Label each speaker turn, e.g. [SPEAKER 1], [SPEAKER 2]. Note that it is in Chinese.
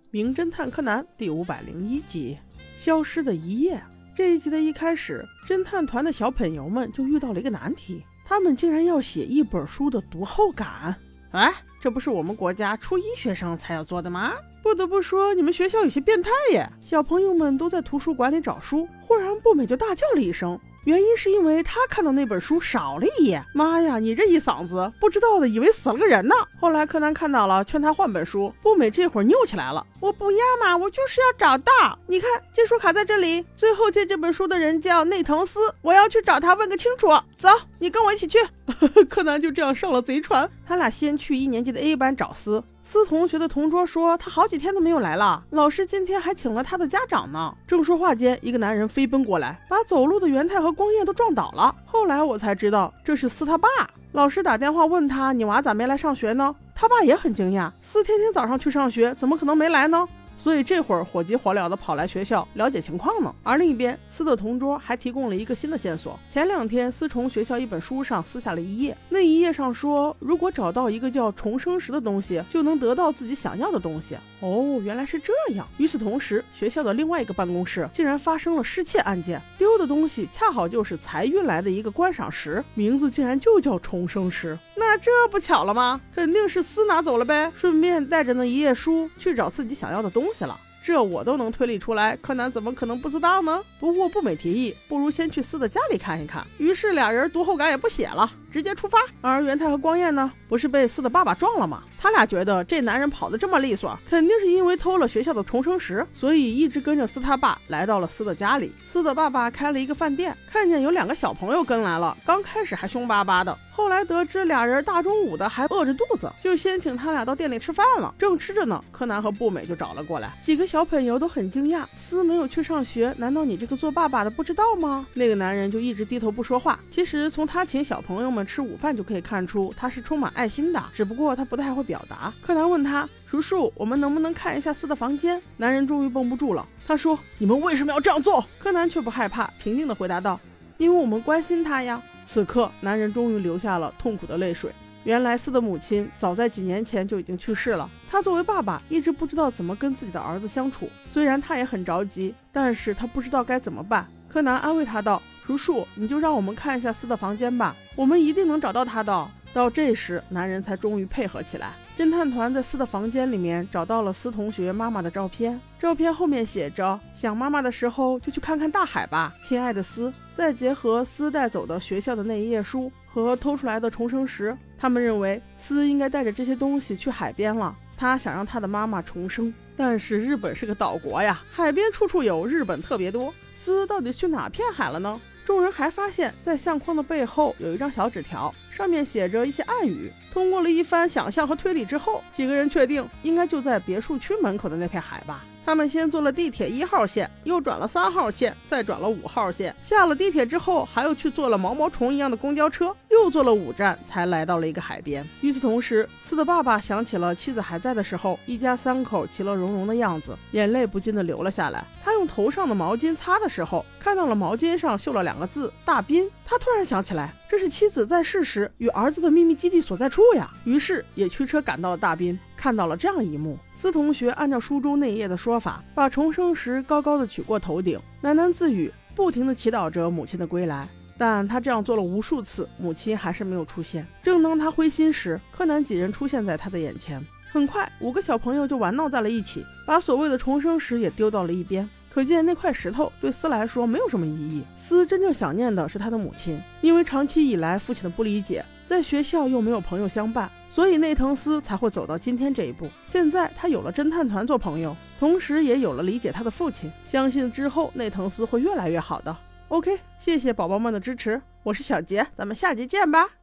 [SPEAKER 1] 名侦探柯南第501集，消失的一夜。这一集的一开始，侦探团的小朋友们就遇到了一个难题，他们竟然要写一本书的读后感。哎，这不是我们国家初一学生才要做的吗？不得不说，你们学校有些变态耶！小朋友们都在图书馆里找书，忽然步美就大叫了一声，原因是因为他看到那本书少了一页。妈呀，你这一嗓子，不知道的以为死了个人呢。后来柯南看到了，劝他换本书，步美这会儿拗起来了，我不要嘛，我就是要找到。你看这书卡在这里，最后借这本书的人叫内藤司，我要去找他问个清楚。走，你跟我一起去。柯南就这样上了贼船，他俩先去1年级的 A 班找司同学的同桌说他好几天都没有来了，老师今天还请了他的家长呢。正说话间，一个男人飞奔过来，把走路的元太和光彦都撞倒了。后来我才知道这是司他爸。老师打电话问他，你娃咋没来上学呢？他爸也很惊讶，司天天早上去上学，怎么可能没来呢？所以这会儿火急火燎的跑来学校了解情况呢。而另一边，司的同桌还提供了一个新的线索。前2天司从学校一本书上撕下了一页，那一页上说，如果找到一个叫重生石的东西，就能得到自己想要的东西。哦，原来是这样。与此同时，学校的另外一个办公室竟然发生了失窃案件，丢的东西恰好就是才运来的一个观赏石，名字竟然就叫重生石。那这不巧了吗？肯定是司拿走了呗，顺便带着那一页书去找自己想要的东西了。这我都能推理出来，柯南怎么可能不知道呢？不过步美提议，不如先去司的家里看一看。于是俩人读后感也不写了，直接出发。而元太和光彦呢，不是被司的爸爸撞了吗？他俩觉得这男人跑得这么利索，肯定是因为偷了学校的重生石，所以一直跟着司他爸来到了司的家里。司的爸爸开了一个饭店，看见有2个小朋友跟来了，刚开始还凶巴巴的，后来得知俩人大中午的还饿着肚子，就先请他俩到店里吃饭了。正吃着呢，柯南和步美就找了过来。几个小朋友都很惊讶，司没有去上学，难道你这个做爸爸的不知道吗？那个男人就一直低头不说话。其实从他请小朋友们吃午饭就可以看出他是充满爱心的，只不过他不太会表达。柯南问他，叔叔，我们能不能看一下司的房间？男人终于绷不住了，他说，你们为什么要这样做？柯南却不害怕，平静地回答道，因为我们关心他呀。此刻男人终于流下了痛苦的泪水。原来司的母亲早在几年前就已经去世了，他作为爸爸一直不知道怎么跟自己的儿子相处，虽然他也很着急，但是他不知道该怎么办。柯南安慰他道，叔叔，你就让我们看一下司的房间吧，我们一定能找到他的。到这时男人才终于配合起来。侦探团在司的房间里面找到了司同学妈妈的照片，照片后面写着，想妈妈的时候就去看看大海吧，亲爱的司。再结合司带走的学校的那一页书和偷出来的重生石，他们认为司应该带着这些东西去海边了，他想让他的妈妈重生。但是日本是个岛国呀，海边处处有，日本特别多，司到底去哪片海了呢？众人还发现在相框的背后有一张小纸条，上面写着一些暗语。通过了一番想象和推理之后，几个人确定应该就在别墅区门口的那片海吧。他们先坐了地铁1号线，又转了3号线，再转了5号线，下了地铁之后还又去坐了毛毛虫一样的公交车，又坐了5站才来到了一个海边。与此同时，司的爸爸想起了妻子还在的时候，一家3口其乐融融的样子，眼泪不禁的流了下来。他用头上的毛巾擦的时候，看到了毛巾上绣了2个字，大滨。他突然想起来，这是妻子在世时与儿子的秘密基地所在处呀，于是也驱车赶到了大滨，看到了这样一幕。司同学按照书中那一页的说法，把重生石高高的举过头顶，喃喃自语，不停地祈祷着母亲的归来。但他这样做了无数次，母亲还是没有出现。正当他灰心时，柯南几人出现在他的眼前。很快5个小朋友就玩闹在了一起，把所谓的重生石也丢到了一边。可见那块石头对司来说没有什么意义，司真正想念的是他的母亲，因为长期以来父亲的不理解，在学校又没有朋友相伴，所以内藤司才会走到今天这一步。现在他有了侦探团做朋友，同时也有了理解他的父亲，相信之后内藤司会越来越好的。OK， 谢谢宝宝们的支持，我是小杰，咱们下集见吧。